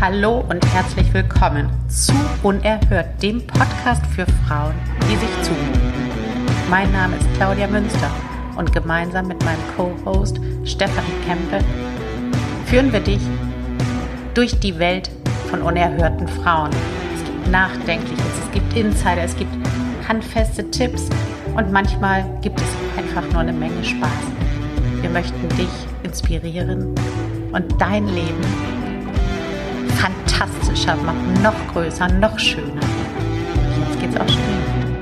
Hallo und herzlich willkommen zu Unerhört, dem Podcast für Frauen, die sich zumuten. Mein Name ist Claudia Münster und gemeinsam mit meinem Co-Host Stefanie Kempe führen wir dich durch die Welt von unerhörten Frauen. Es gibt Nachdenkliches, es gibt Insider, es gibt handfeste Tipps und manchmal gibt es einfach nur eine Menge Spaß. Wir möchten dich inspirieren und dein Leben fantastischer machen, noch größer, noch schöner. Jetzt geht's auch schon.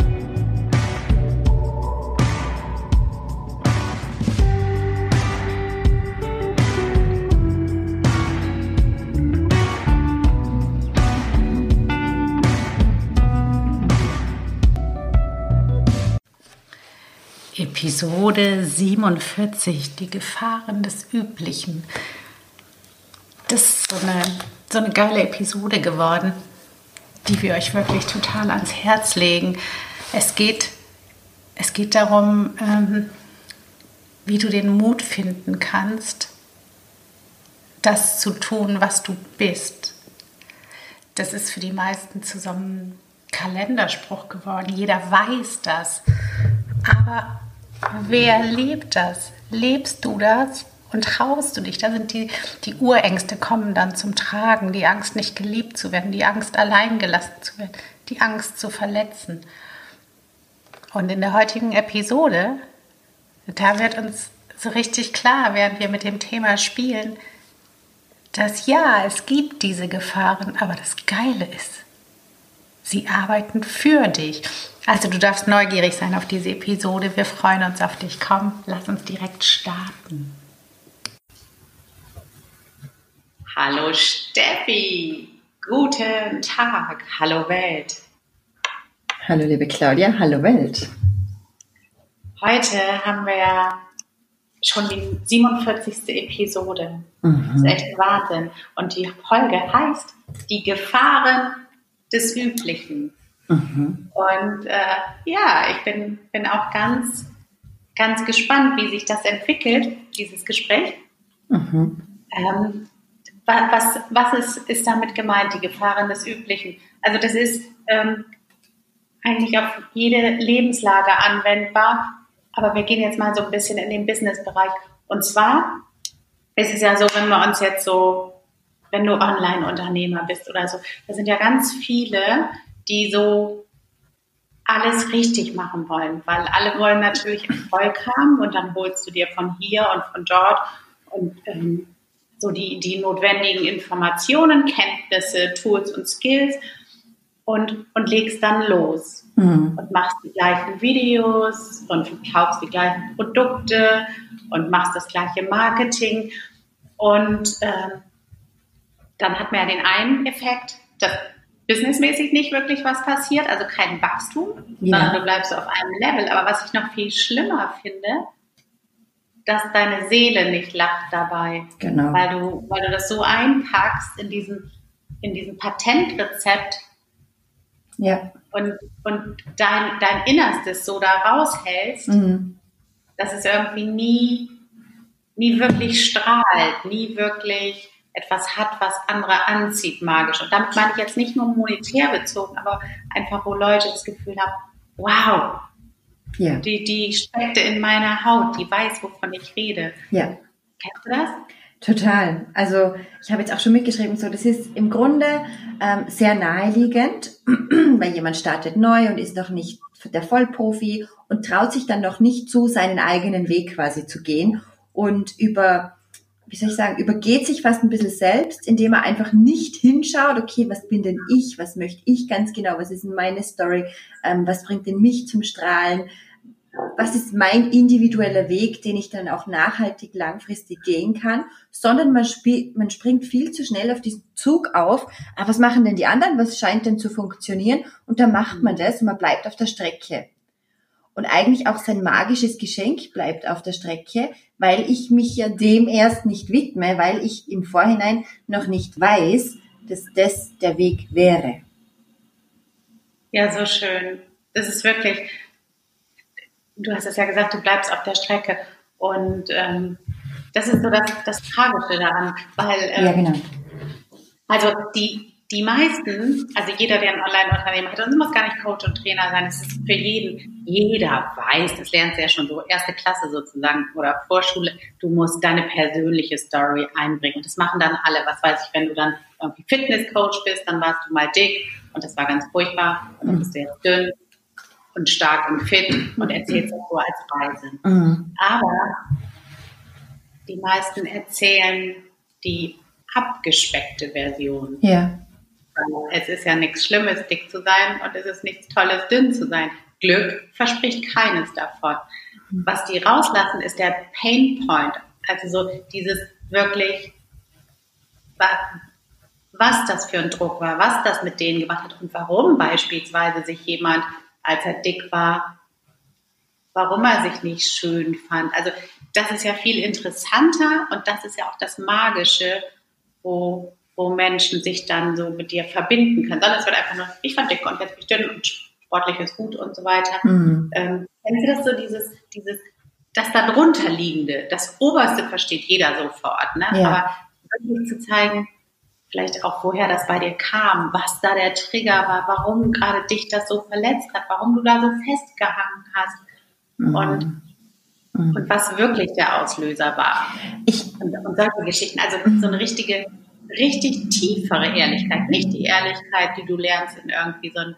Episode 47, die Gefahren des Üblichen. Das ist so eine geile Episode geworden, die wir euch wirklich total ans Herz legen. Es geht darum, wie du den Mut finden kannst, das zu tun, was du bist. Das ist für die meisten zu so einem Kalenderspruch geworden. Jeder weiß das. Aber wer lebt das? Lebst du das? Und traust du dich? Da sind die Urängste kommen dann zum Tragen. Die Angst, nicht geliebt zu werden. Die Angst, allein gelassen zu werden. Die Angst zu verletzen. Und in der heutigen Episode, da wird uns so richtig klar, während wir mit dem Thema spielen, dass ja, es gibt diese Gefahren, aber das Geile ist, sie arbeiten für dich. Also du darfst neugierig sein auf diese Episode. Wir freuen uns auf dich. Komm, lass uns direkt starten. Hallo Steffi, guten Tag, hallo Welt. Hallo liebe Claudia, hallo Welt. Heute haben wir schon die 47. Episode. Das ist echt Wahnsinn. Und die Folge heißt Die Gefahren des Üblichen. Und ich bin auch ganz, ganz gespannt, wie sich das entwickelt, dieses Gespräch. Was ist damit gemeint, die Gefahren des Üblichen? Also das ist eigentlich auf jede Lebenslage anwendbar, aber wir gehen jetzt mal so ein bisschen in den Business-Bereich. Und zwar ist es ja so, wenn du Online-Unternehmer bist oder so, da sind ja ganz viele, die so alles richtig machen wollen, weil alle wollen natürlich Erfolg haben und dann holst du dir von hier und von dort und so die notwendigen Informationen, Kenntnisse, Tools und Skills und legst dann los und machst die gleichen Videos und verkaufst die gleichen Produkte und machst das gleiche Marketing und dann hat man ja den einen Effekt, dass businessmäßig nicht wirklich was passiert, also kein Wachstum, sondern du bleibst auf einem Level. Aber was ich noch viel schlimmer finde, dass deine Seele nicht lacht dabei, genau. weil du das so einpackst in diesem Patentrezept und dein Innerstes so da raushältst, dass es irgendwie nie wirklich strahlt, nie wirklich etwas hat, was andere anzieht, magisch. Und damit meine ich jetzt nicht nur monetär bezogen, aber einfach, wo Leute das Gefühl haben, wow, die steckte in meiner Haut, die weiß, wovon ich rede. Ja. Kennst du das? Total. Also ich habe jetzt auch schon mitgeschrieben, so das ist im Grunde sehr naheliegend, weil jemand startet neu und ist noch nicht der Vollprofi und traut sich dann noch nicht zu, seinen eigenen Weg quasi zu gehen und übergeht sich fast ein bisschen selbst, indem er einfach nicht hinschaut, okay, was bin denn ich, was möchte ich ganz genau, was ist denn meine Story, was bringt denn mich zum Strahlen, was ist mein individueller Weg, den ich dann auch nachhaltig, langfristig gehen kann, sondern man springt viel zu schnell auf diesen Zug auf, was machen denn die anderen, was scheint denn zu funktionieren und dann macht man das und man bleibt auf der Strecke. Und eigentlich auch sein magisches Geschenk bleibt auf der Strecke, weil ich mich ja dem erst nicht widme, weil ich im Vorhinein noch nicht weiß, dass das der Weg wäre. Ja, so schön. Das ist wirklich, du hast es ja gesagt, du bleibst auf der Strecke. Und das ist so das Tragische daran, weil ja, genau. Also die meisten, also jeder, der ein Online-Unternehmen hat, das muss gar nicht Coach und Trainer sein, es ist für jeden, jeder weiß, das lernst du ja schon so, erste Klasse sozusagen oder Vorschule, du musst deine persönliche Story einbringen. Und das machen dann alle, was weiß ich, wenn du dann irgendwie Fitnesscoach bist, dann warst du mal dick und das war ganz furchtbar und dann bist du jetzt dünn und stark und fit und erzählst das so als Reise. Aber die meisten erzählen die abgespeckte Version. Ja. Es ist ja nichts Schlimmes, dick zu sein und es ist nichts Tolles, dünn zu sein. Glück verspricht keines davon. Was die rauslassen, ist der Pain Point. Also so dieses wirklich, was das für ein Druck war, was das mit denen gemacht hat und warum beispielsweise sich jemand, als er dick war, warum er sich nicht schön fand. Also das ist ja viel interessanter und das ist ja auch das Magische, wo Menschen sich dann so mit dir verbinden können. Sondern es wird einfach nur, ich fand dick und jetzt bin ich dünn und sportlich ist gut und so weiter. Kennst du das so, dieses, das da drunter liegende, das Oberste versteht jeder sofort, ne? Ja. Aber wirklich zu zeigen, vielleicht auch woher das bei dir kam, was da der Trigger war, warum gerade dich das so verletzt hat, warum du da so festgehangen hast und was wirklich der Auslöser war. Und solche Geschichten, also so eine richtig tiefere Ehrlichkeit, nicht die Ehrlichkeit, die du lernst in irgendwie so einem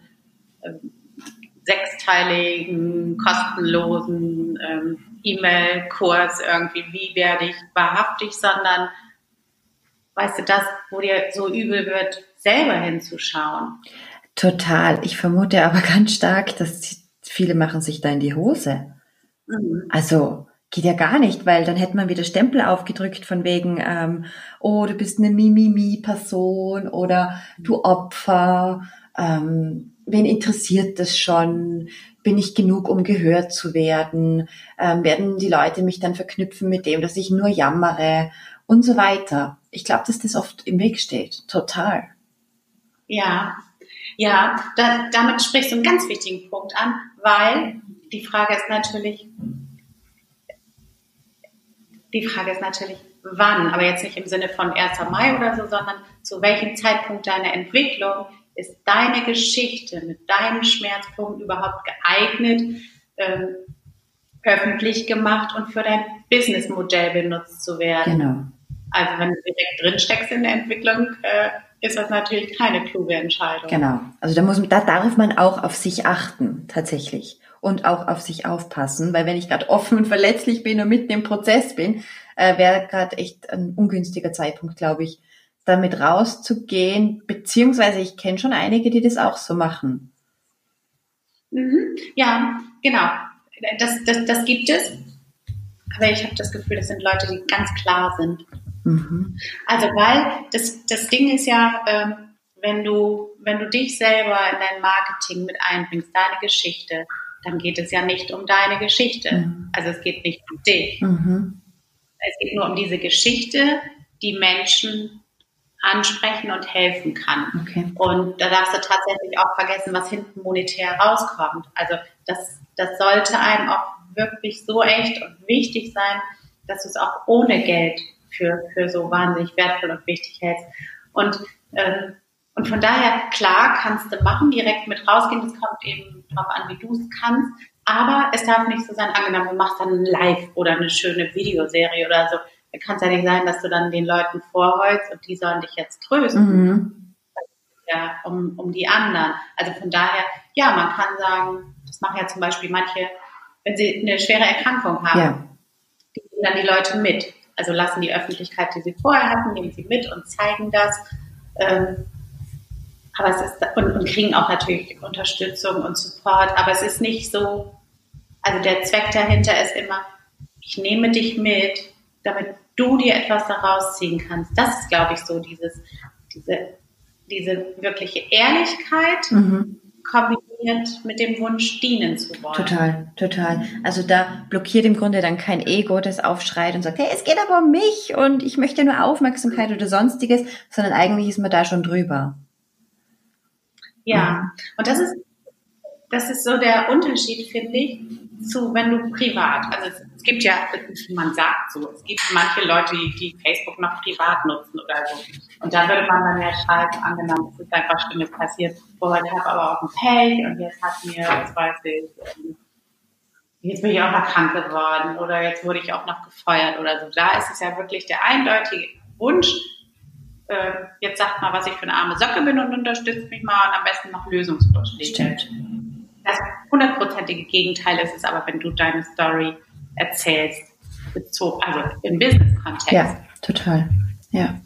sechsteiligen, kostenlosen E-Mail-Kurs irgendwie, wie werde ich wahrhaftig, sondern weißt du, das, wo dir so übel wird, selber hinzuschauen. Total. Ich vermute aber ganz stark, dass viele machen sich da in die Hose. Also geht ja gar nicht, weil dann hätte man wieder Stempel aufgedrückt von wegen, oh, du bist eine Mimimi-Person oder du Opfer, wen interessiert das schon? Bin ich genug, um gehört zu werden? Werden die Leute mich dann verknüpfen mit dem, dass ich nur jammere und so weiter? Ich glaube, dass das oft im Weg steht. Total. Ja, damit sprichst du einen ganz wichtigen Punkt an, weil die Frage ist natürlich, wann, aber jetzt nicht im Sinne von 1. Mai oder so, sondern zu welchem Zeitpunkt deiner Entwicklung ist deine Geschichte mit deinem Schmerzpunkt überhaupt geeignet, öffentlich gemacht und für dein Businessmodell benutzt zu werden. Genau. Also wenn du direkt drin steckst in der Entwicklung, ist das natürlich keine kluge Entscheidung. Genau. Also da darf man auch auf sich achten, tatsächlich. Und auch auf sich aufpassen, weil wenn ich gerade offen und verletzlich bin und mitten im Prozess bin, wäre gerade echt ein ungünstiger Zeitpunkt, glaube ich, damit rauszugehen, beziehungsweise ich kenne schon einige, die das auch so machen. Ja, genau. Das gibt es. Aber ich habe das Gefühl, das sind Leute, die ganz klar sind. Also weil das Ding ist ja, wenn du dich selber in dein Marketing mit einbringst, deine Geschichte, dann geht es ja nicht um deine Geschichte. Also es geht nicht um dich. Es geht nur um diese Geschichte, die Menschen ansprechen und helfen kann. Okay. Und da darfst du tatsächlich auch vergessen, was hinten monetär rauskommt. Also das sollte einem auch wirklich so echt und wichtig sein, dass du es auch ohne Geld für so wahnsinnig wertvoll und wichtig hältst. Und von daher, klar, kannst du machen, direkt mit rausgehen, das kommt eben drauf an, wie du es kannst, aber es darf nicht so sein, angenommen, du machst dann ein Live oder eine schöne Videoserie oder so, da kann es ja nicht sein, dass du dann den Leuten vorheulst und die sollen dich jetzt trösten. Ja, um die anderen. Also von daher, ja, man kann sagen, das machen ja zum Beispiel manche, wenn sie eine schwere Erkrankung haben, die nehmen dann die Leute mit. Also lassen die Öffentlichkeit, die sie vorher hatten, nehmen sie mit und zeigen das. Aber es ist, und kriegen auch natürlich Unterstützung und Support, aber es ist nicht so, also der Zweck dahinter ist immer, ich nehme dich mit, damit du dir etwas daraus ziehen kannst. Das ist, glaube ich, so diese wirkliche Ehrlichkeit kombiniert mit dem Wunsch, dienen zu wollen. Total. Also da blockiert im Grunde dann kein Ego, das aufschreit und sagt, hey, es geht aber um mich und ich möchte nur Aufmerksamkeit oder sonstiges, sondern eigentlich ist man da schon drüber. Ja, und das ist so der Unterschied, finde ich, zu wenn du privat, also es gibt ja, man sagt so, es gibt manche Leute, die Facebook noch privat nutzen oder so. Und da würde man dann ja schreiben, angenommen, es ist einfach Schlimmes passiert, boah, ich habe aber auch ein Pech und jetzt hat mir, was weiß ich, jetzt bin ich auch noch krank geworden oder jetzt wurde ich auch noch gefeuert oder so. Da ist es ja wirklich der eindeutige Wunsch, jetzt sagt mal, was ich für eine arme Socke bin und unterstützt mich mal und am besten noch Lösungsvorschläge. Stimmt. Das 100%ige Gegenteil ist es aber, wenn du deine Story erzählst, also im Business-Kontext. Ja, total. Ja.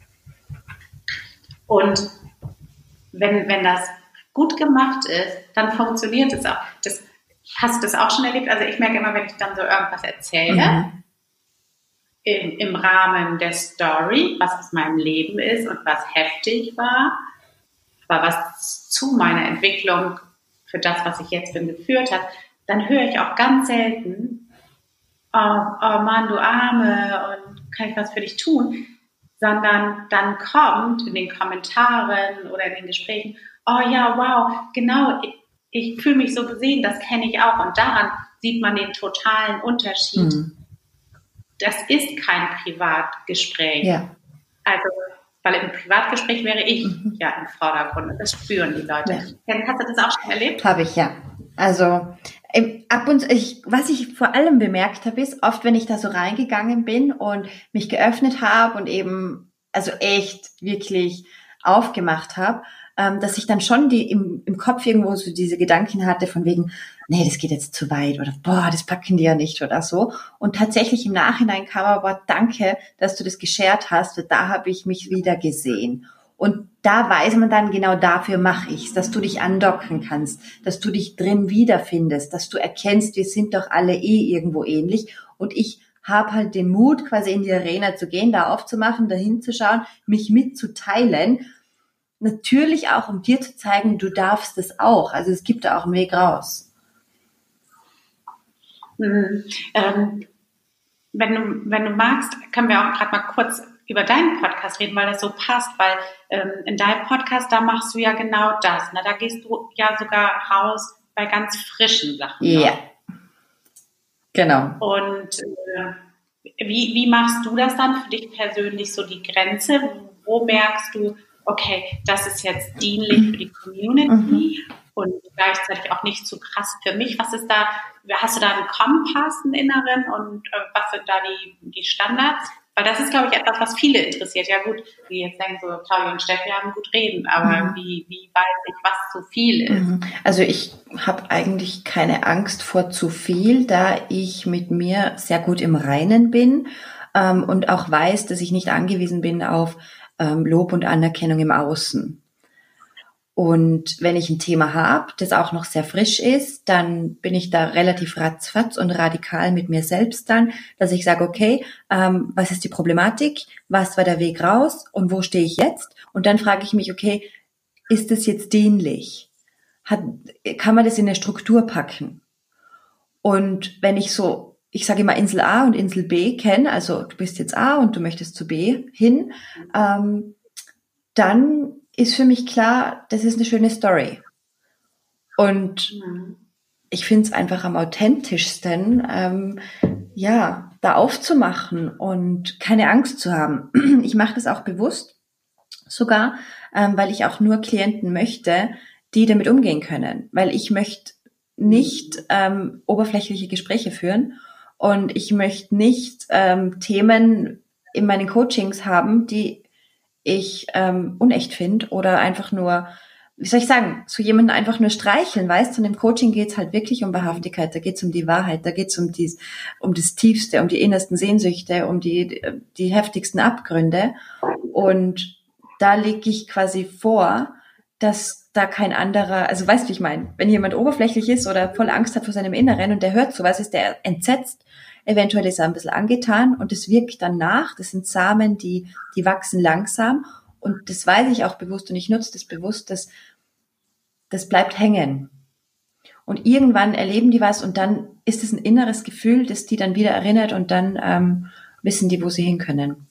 Und wenn das gut gemacht ist, dann funktioniert es auch. Hast du das auch schon erlebt? Also ich merke immer, wenn ich dann so irgendwas erzähle, im Rahmen der Story, was aus meinem Leben ist und was heftig war, aber was zu meiner Entwicklung für das, was ich jetzt bin, geführt hat, dann höre ich auch ganz selten, oh Mann, du Arme, und kann ich was für dich tun? Sondern dann kommt in den Kommentaren oder in den Gesprächen, oh ja, wow, genau, ich fühle mich so gesehen, das kenne ich auch. Und daran sieht man den totalen Unterschied. Das ist kein Privatgespräch. Ja. Also, weil im Privatgespräch wäre ich ja im Vordergrund. Das spüren die Leute. Ja. Hast du das auch schon erlebt? Habe ich, ja. Also ab und was ich vor allem bemerkt habe, ist, oft wenn ich da so reingegangen bin und mich geöffnet habe und eben, also echt wirklich aufgemacht habe, dass ich dann schon im Kopf irgendwo so diese Gedanken hatte von wegen, nee, das geht jetzt zu weit oder boah, das packen die ja nicht oder so. Und tatsächlich im Nachhinein kam aber, danke, dass du das geshared hast, weil da habe ich mich wieder gesehen. Und da weiß man dann, genau dafür mache ich's, dass du dich andocken kannst, dass du dich drin wiederfindest, dass du erkennst, wir sind doch alle irgendwo ähnlich. Und ich habe halt den Mut, quasi in die Arena zu gehen, da aufzumachen, da hinzuschauen, mich mitzuteilen. Natürlich auch, um dir zu zeigen, du darfst es auch. Also es gibt da auch einen Weg raus. Wenn du magst, können wir auch gerade mal kurz über deinen Podcast reden, weil das so passt, weil in deinem Podcast, da machst du ja genau das. Ne? Da gehst du ja sogar raus bei ganz frischen Sachen. Ja, yeah. Genau. Und wie machst du das dann für dich persönlich, so die Grenze? Wo merkst du, okay, das ist jetzt dienlich für die Community und gleichzeitig auch nicht zu krass für mich? Was ist da, hast du da einen Kompass, einen inneren, und was sind da die Standards? Weil das ist, glaube ich, etwas, was viele interessiert. Ja gut, die jetzt denken so, Claudia und Steffi haben gut reden, aber wie weiß ich, was zu viel ist? Also ich habe eigentlich keine Angst vor zu viel, da ich mit mir sehr gut im Reinen bin und auch weiß, dass ich nicht angewiesen bin auf Lob und Anerkennung im Außen. Und wenn ich ein Thema habe, das auch noch sehr frisch ist, dann bin ich da relativ ratzfatz und radikal mit mir selbst dann, dass ich sage, okay, was ist die Problematik, was war der Weg raus und wo stehe ich jetzt? Und dann frage ich mich, okay, ist das jetzt dienlich? Kann man das in eine Struktur packen? Und wenn ich so, ich sage immer Insel A und Insel B kenne, also du bist jetzt A und du möchtest zu B hin, dann ist für mich klar, das ist eine schöne Story. Und ich finde es einfach am authentischsten, da aufzumachen und keine Angst zu haben. Ich mache das auch bewusst, sogar, weil ich auch nur Klienten möchte, die damit umgehen können. Weil ich möchte nicht oberflächliche Gespräche führen und ich möchte nicht Themen in meinen Coachings haben, die ich unecht finde oder einfach nur, wie soll ich sagen, so jemanden einfach nur streicheln, weißt du? Und im Coaching geht's halt wirklich um Wahrhaftigkeit, da geht's um die Wahrheit, da geht's um das Tiefste, um die innersten Sehnsüchte, um die heftigsten Abgründe. Und da lege ich quasi vor, dass da kein anderer, also weißt du, wie ich meine, wenn jemand oberflächlich ist oder voll Angst hat vor seinem Inneren und der hört sowas, ist der entsetzt, eventuell ist er ein bisschen angetan und es wirkt dann nach, das sind Samen, die wachsen langsam und das weiß ich auch bewusst und ich nutze das bewusst, dass das bleibt hängen. Und irgendwann erleben die was und dann ist es ein inneres Gefühl, das die dann wieder erinnert und dann wissen die, wo sie hin können.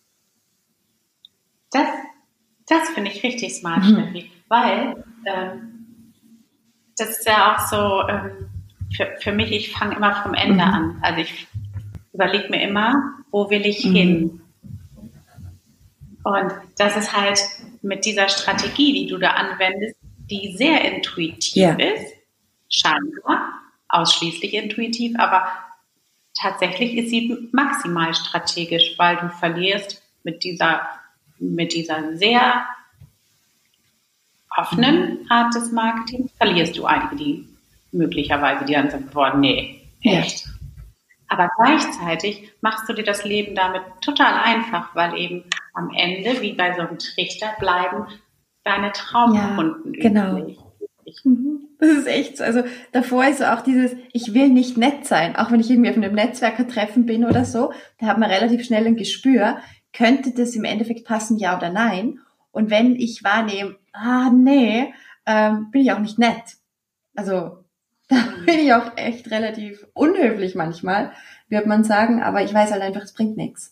Das finde ich richtig smart, Steffi, weil das ist ja auch so, für mich, ich fange immer vom Ende an. Also ich überlege mir immer, wo will ich hin? Und das ist halt mit dieser Strategie, die du da anwendest, die sehr intuitiv ist, scheinbar ausschließlich intuitiv, aber tatsächlich ist sie maximal strategisch, weil du verlierst mit dieser sehr offenen Art des Marketings, verlierst du einige, die möglicherweise die dann sagen, boah, nee, echt. Ja. Aber gleichzeitig machst du dir das Leben damit total einfach, weil eben am Ende, wie bei so einem Trichter, bleiben deine Traumkunden übrig. Genau. Das ist echt so. Also davor ist so auch dieses, ich will nicht nett sein, auch wenn ich irgendwie auf einem Netzwerkertreffen bin oder so, da hat man relativ schnell ein Gespür, könnte das im Endeffekt passen, ja oder nein? Und wenn ich wahrnehme, nee, bin ich auch nicht nett. Also da bin ich auch echt relativ unhöflich manchmal, wird man sagen, aber ich weiß halt einfach, es bringt nichts.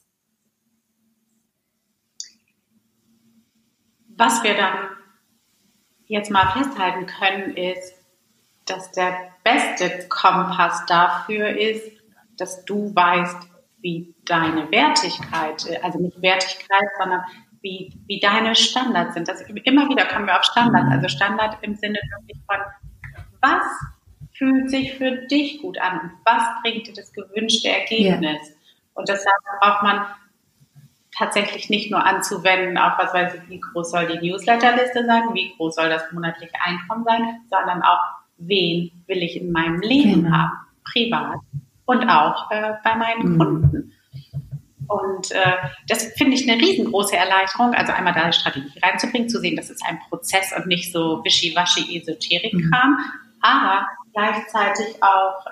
Was wir dann jetzt mal festhalten können, ist, dass der beste Kompass dafür ist, dass du weißt, wie deine Wertigkeit, also nicht Wertigkeit, sondern wie deine Standards sind. Das immer wieder kommen wir auf Standard, also Standard im Sinne wirklich von, was fühlt sich für dich gut an und was bringt dir das gewünschte Ergebnis? Yeah. Und deshalb braucht man tatsächlich nicht nur anzuwenden auf, was weiß ich, wie groß soll die Newsletterliste sein, wie groß soll das monatliche Einkommen sein, sondern auch, wen will ich in meinem Leben haben, privat und auch bei meinen Kunden. Und das finde ich eine riesengroße Erleichterung, also einmal da eine Strategie reinzubringen, zu sehen, das ist ein Prozess und nicht so wischiwaschi Esoterik-Kram, aber gleichzeitig auch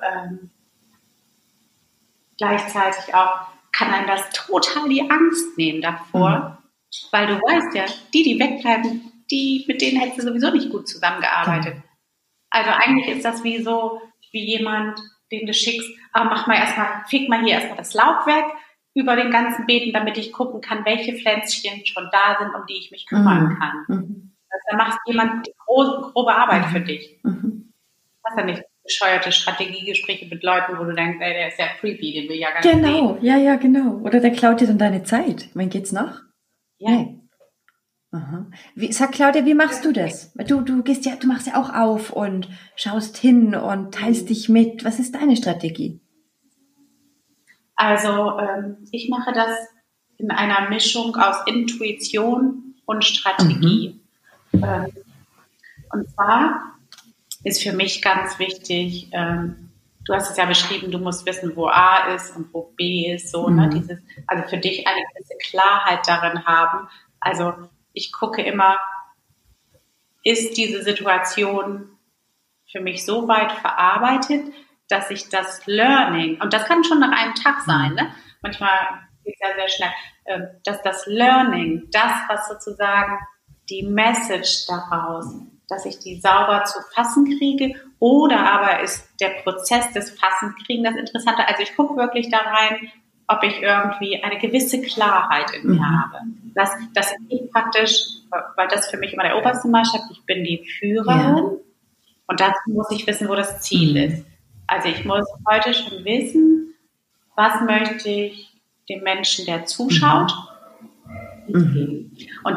kann einem das total die Angst nehmen davor, weil du weißt ja, die wegbleiben, mit denen hättest du sowieso nicht gut zusammengearbeitet. Also eigentlich ist das wie jemand, den du schickst, feg mal hier erstmal das Laub weg, über den ganzen Beeten, damit ich gucken kann, welche Pflänzchen schon da sind, um die ich mich kümmern kann. Also da macht jemand die grobe Arbeit für dich. Du hast ja nicht bescheuerte Strategiegespräche mit Leuten, wo du denkst, ey, der ist ja creepy, den will ich ja gar nicht sehen. Ja, genau. Oder der klaut dir dann deine Zeit. Wann geht's noch? Ja. Nee. Aha. Sag Claudia, wie machst du das? Du machst ja auch auf und schaust hin und teilst dich mit. Was ist deine Strategie? Also ich mache das in einer Mischung aus Intuition und Strategie. Und zwar ist für mich ganz wichtig, du hast es ja beschrieben, du musst wissen, wo A ist und wo B ist, so, ne? Also für dich eine gewisse Klarheit darin haben. Also ich gucke immer, ist diese Situation für mich so weit verarbeitet, dass ich das Learning, und das kann schon nach einem Tag sein, ne? Manchmal geht es ja sehr schnell, dass das Learning, das, was sozusagen die Message daraus, dass ich die sauber zu fassen kriege, oder aber ist der Prozess des Fassenkriegen das Interessante. Also ich gucke wirklich da rein, ob ich irgendwie eine gewisse Klarheit in mir habe. Dass ich praktisch, weil das für mich immer der oberste Maßstab, ich bin die Führerin und dazu muss ich wissen, wo das Ziel ist. Also ich muss heute schon wissen, was möchte ich dem Menschen, der zuschaut, mitgeben. Und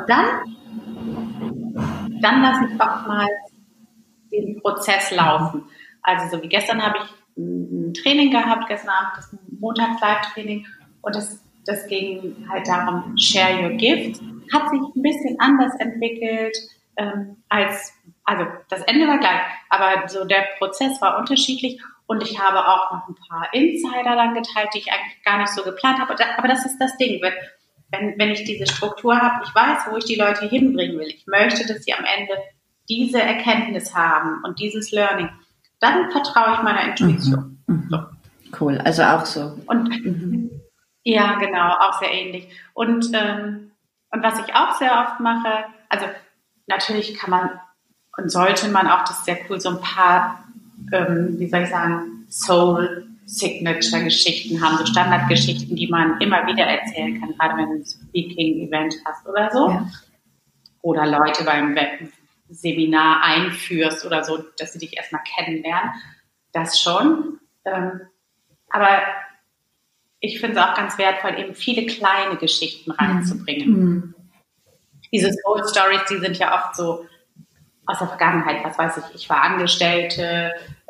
dann lasse ich auch mal den Prozess laufen. Also so wie gestern habe ich ein Training gehabt, gestern Abend das Montags-Live-Training, und das ging halt darum, share your gift. Hat sich ein bisschen anders entwickelt also das Ende war gleich, aber so der Prozess war unterschiedlich, und ich habe auch noch ein paar Insider dann geteilt, die ich eigentlich gar nicht so geplant habe. Aber das ist das Ding, wenn ich diese Struktur habe, ich weiß, wo ich die Leute hinbringen will. Ich möchte, dass sie am Ende diese Erkenntnis haben und dieses Learning. Dann vertraue ich meiner Intuition. So. Cool, also auch so. Und ja, genau, auch sehr ähnlich. Und was ich auch sehr oft mache, also natürlich kann man und sollte man auch, das ist sehr cool, so ein paar, Soul-Signature-Geschichten haben, so Standardgeschichten, die man immer wieder erzählen kann, gerade wenn du ein Speaking-Event hast oder so. Ja. Oder Leute beim Seminar einführst oder so, dass sie dich erstmal kennenlernen. das schon. Aber ich finde es auch ganz wertvoll, eben viele kleine Geschichten reinzubringen. Diese Soul Stories, die sind ja oft so aus der Vergangenheit. Was weiß ich war Angestellte,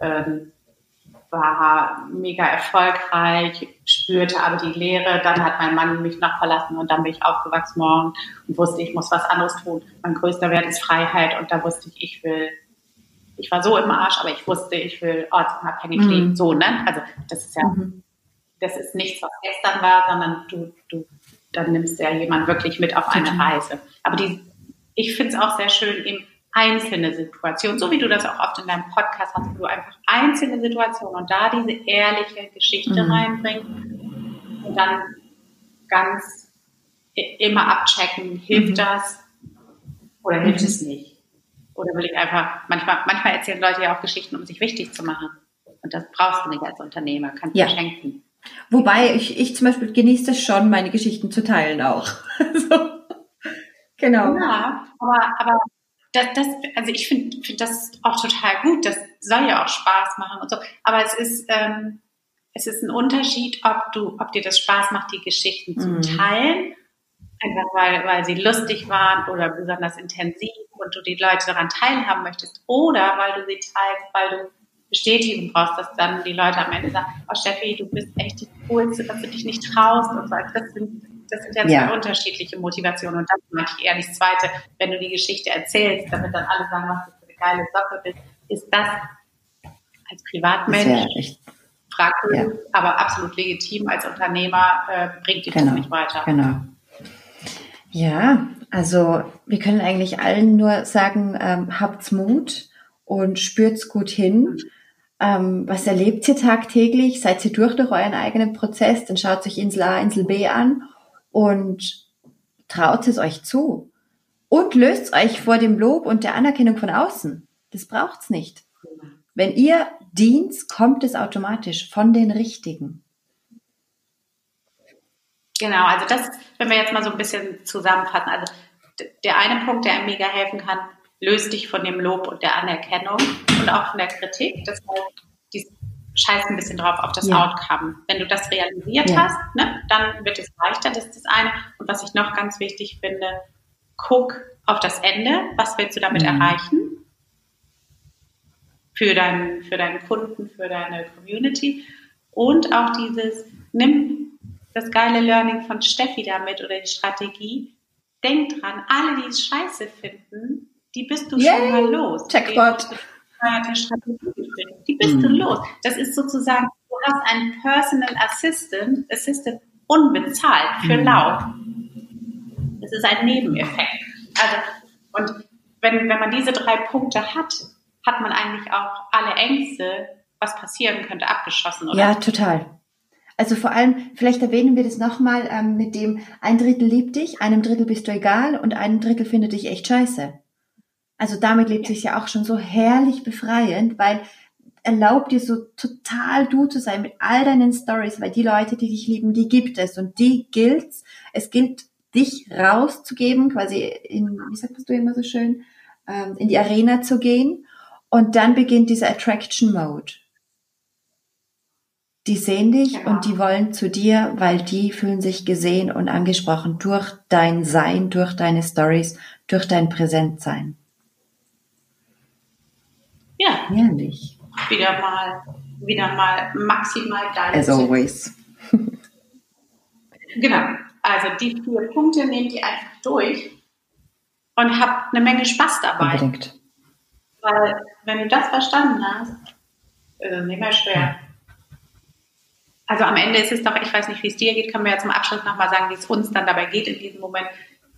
war mega erfolgreich, spürte aber die Leere. Dann hat mein Mann mich noch verlassen und dann bin ich aufgewachsen morgen und wusste, ich muss was anderes tun. Mein größter Wert ist Freiheit und da wusste ich ich war so im Arsch, aber ich wusste, ich will ortsunabhängig leben. So, ne? Also das ist ja, das ist nichts, was gestern war, sondern dann nimmst du ja jemand wirklich mit auf eine Reise. Aber ich finde es auch sehr schön, eben einzelne Situationen, so wie du das auch oft in deinem Podcast hast, wo du einfach einzelne Situationen und da diese ehrliche Geschichte reinbringst und dann ganz immer abchecken, hilft das oder hilft es nicht? Oder will ich einfach, manchmal erzählen Leute ja auch Geschichten, um sich wichtig zu machen. Und das brauchst du nicht als Unternehmer, kannst du schenken. Wobei ich zum Beispiel genieße es schon, meine Geschichten zu teilen auch. So. Genau. Ja, aber also ich finde das auch total gut. Das soll ja auch Spaß machen und so. Aber es ist ein Unterschied, ob dir das Spaß macht, die Geschichten zu teilen. Einfach weil sie lustig waren oder besonders intensiv und du die Leute daran teilhaben möchtest. Oder weil du sie teilst, weil du Bestätigung brauchst, dass dann die Leute am Ende sagen, oh Steffi, du bist echt die Coolste, dass du dich nicht traust und so. Das sind ja zwei unterschiedliche Motivationen. Und das meine ich eher nicht. Das Zweite, wenn du die Geschichte erzählst, damit dann alle sagen, was du für eine geile Socke bist, ist das als Privatmensch fragwürdig, aber absolut legitim. Als Unternehmer bringt dich das nicht weiter. Genau. Ja, also wir können eigentlich allen nur sagen, habt's Mut und spürt's gut hin. Was erlebt ihr tagtäglich? Seid ihr durch euren eigenen Prozess? Dann schaut sich Insel A, Insel B an und traut es euch zu. Und löst euch vor dem Lob und der Anerkennung von außen. Das braucht's nicht. Wenn ihr dient, kommt es automatisch von den Richtigen. Genau, also das, wenn wir jetzt mal so ein bisschen zusammenfassen, also der eine Punkt, der einem mega helfen kann, löst dich von dem Lob und der Anerkennung und auch von der Kritik. Das heißt, scheiß ein bisschen drauf auf das Outcome. Wenn du das realisiert hast, ne, dann wird es leichter, das ist das eine. Und was ich noch ganz wichtig finde, guck auf das Ende. Was willst du damit erreichen? Für deinen Kunden, für deine Community. Und auch nimm das geile Learning von Steffi damit oder die Strategie. Denk dran, alle, die es scheiße finden, die bist du schon mal los. Checkpot. Die bist du los. Das ist sozusagen, du hast einen Personal Assistant unbezahlt für Lauf. Das ist ein Nebeneffekt. Also, und wenn man diese 3 Punkte hat man eigentlich auch alle Ängste, was passieren könnte, abgeschossen, oder? Ja, total. Also vor allem, vielleicht erwähnen wir das nochmal mit dem 1/3 liebt dich, 1/3 bist du egal und 1/3 findet dich echt scheiße. Also damit lebt sich ja auch schon so herrlich befreiend, weil erlaubt dir so total du zu sein mit all deinen Stories, weil die Leute, die dich lieben, die gibt es und die gilt's. Es gilt, dich rauszugeben, quasi wie sagst du immer so schön, in die Arena zu gehen und dann beginnt dieser Attraction Mode. Die sehen dich und die wollen zu dir, weil die fühlen sich gesehen und angesprochen durch dein Sein, durch deine Stories, durch dein Präsentsein. Ja. Herrlich. Wieder mal maximal geil. As always. Genau. Also die 4 Punkte, nehmt ihr einfach durch und habt eine Menge Spaß dabei. Unbedingt. Weil wenn du das verstanden hast, ist es nicht mehr schwer. Also am Ende ist es doch, ich weiß nicht, wie es dir geht, können wir ja zum Abschluss nochmal sagen, wie es uns dann dabei geht in diesem Moment.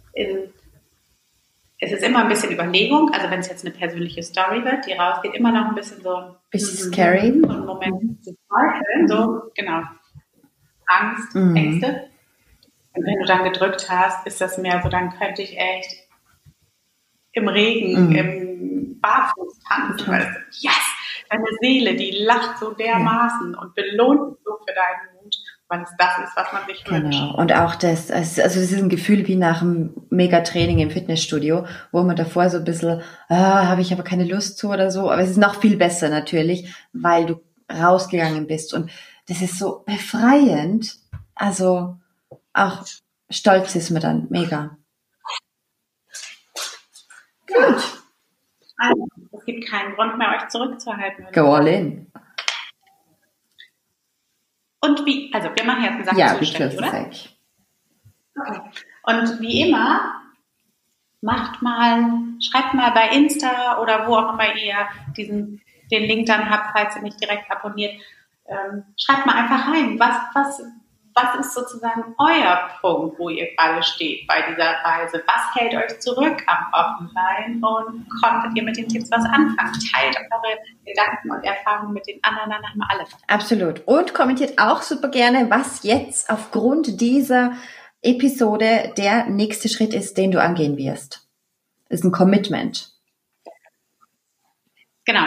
Es ist immer ein bisschen Überlegung, also wenn es jetzt eine persönliche Story wird, die rausgeht, immer noch ein bisschen so scary. So ein Moment zu zweifeln, so, genau. Angst, Ängste. Und wenn du dann gedrückt hast, ist das mehr so, dann könnte ich echt im Regen, im Barfuß tanzen, weil es, yes! Deine Seele, die lacht so dermaßen und belohnt dich so für deinen Mut, weil es das ist, was man sich wünscht. Genau. Und auch das ist ein Gefühl wie nach einem Mega-Training im Fitnessstudio, wo man davor so ein bisschen, habe ich aber keine Lust zu oder so, aber es ist noch viel besser natürlich, weil du rausgegangen bist. Und das ist so befreiend. Also auch stolz ist man dann mega. Gut. Also, es gibt keinen Grund mehr, euch zurückzuhalten. Go all in. Und wie, also wir machen jetzt einen Sack Ja, zu, Steffi, oder? Sack. Okay. Und wie immer, schreibt mal bei Insta oder wo auch immer ihr den Link dann habt, falls ihr nicht direkt abonniert, schreibt mal einfach rein, was ist sozusagen euer Punkt, wo ihr gerade steht bei dieser Reise? Was hält euch zurück am Offensein und konntet ihr mit den Tipps was anfangen? Teilt eure Gedanken und Erfahrungen mit den anderen, dann haben wir alle. Absolut. Und kommentiert auch super gerne, was jetzt aufgrund dieser Episode der nächste Schritt ist, den du angehen wirst. Das ist ein Commitment. Genau.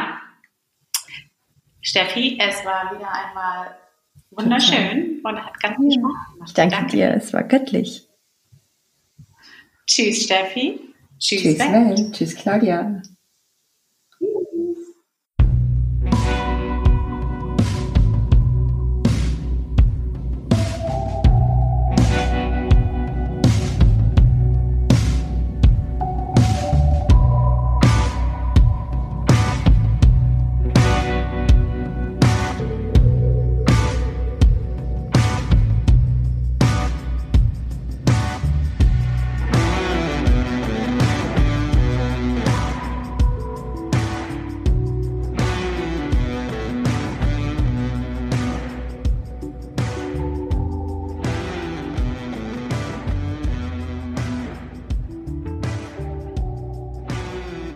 Steffi, es war wieder einmal wunderschön und hat ganz viel Spaß gemacht. Ich danke dir, es war göttlich. Tschüss, Steffi. Tschüss, Welt. Tschüss, Claudia.